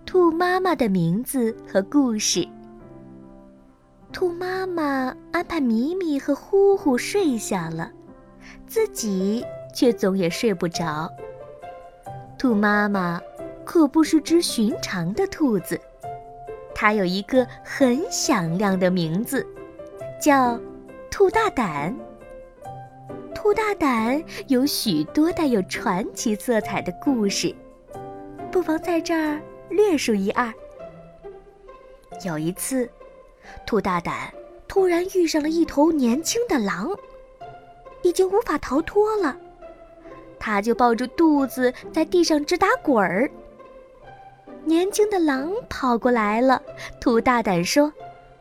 兔妈妈的名字和故事。兔妈妈安排咪咪和呼呼睡下了，自己却总也睡不着。兔妈妈可不是只寻常的兔子，它有一个很响亮的名字，叫兔大胆。兔大胆有许多带有传奇色彩的故事，不妨在这儿略述一二。有一次，兔大胆突然遇上了一头年轻的狼，已经无法逃脱了，他就抱着肚子在地上直打滚儿。年轻的狼跑过来了，兔大胆说：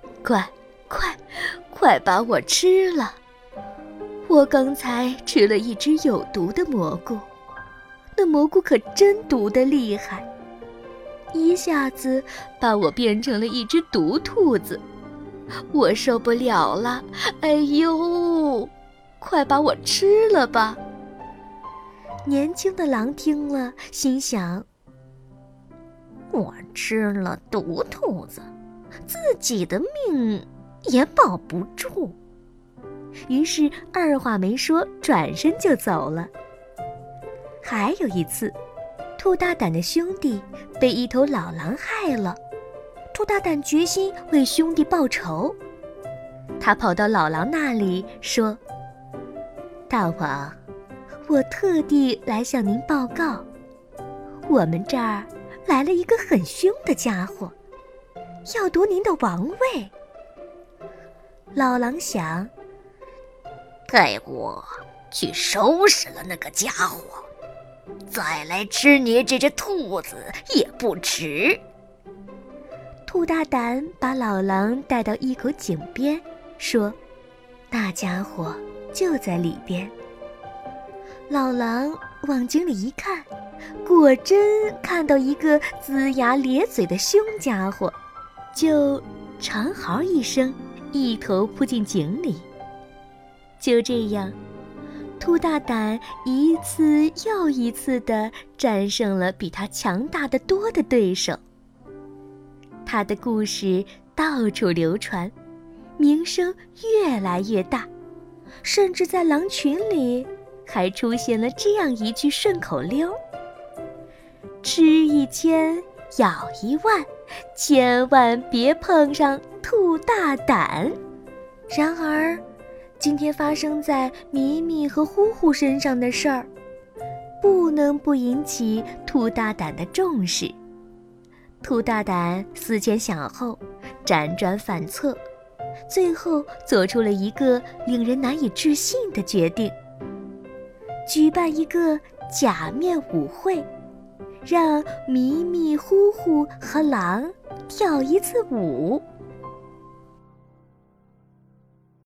快把我吃了，我刚才吃了一只有毒的蘑菇，那蘑菇可真毒得厉害，一下子把我变成了一只毒兔子，我受不了了，哎呦，快把我吃了吧。年轻的狼听了，心想：我吃了毒兔子，自己的命也保不住。于是二话没说，转身就走了。还有一次，兔大胆的兄弟被一头老狼害了，兔大胆决心为兄弟报仇。他跑到老狼那里说：大王，我特地来向您报告，我们这儿来了一个很凶的家伙，要夺您的王位。老狼想， 带我去收拾了那个家伙，再来吃你这只兔子也不迟。 兔大胆把老狼带到一口井边，说：那家伙就在里边。老狼往井里一看，果真看到一个龇牙咧嘴的凶家伙，就长嚎一声，一头扑进井里。就这样，兔大胆一次又一次地战胜了比他强大得多的对手。他的故事到处流传，名声越来越大，甚至在狼群里还出现了这样一句顺口溜：吃1000，咬1万，千万别碰上兔大胆。然而，今天发生在咪咪和呼呼身上的事儿，不能不引起兔大胆的重视。兔大胆思前想后，辗转反侧，最后做出了一个令人难以置信的决定：举办一个假面舞会，让咪咪、呼呼和狼跳一次舞。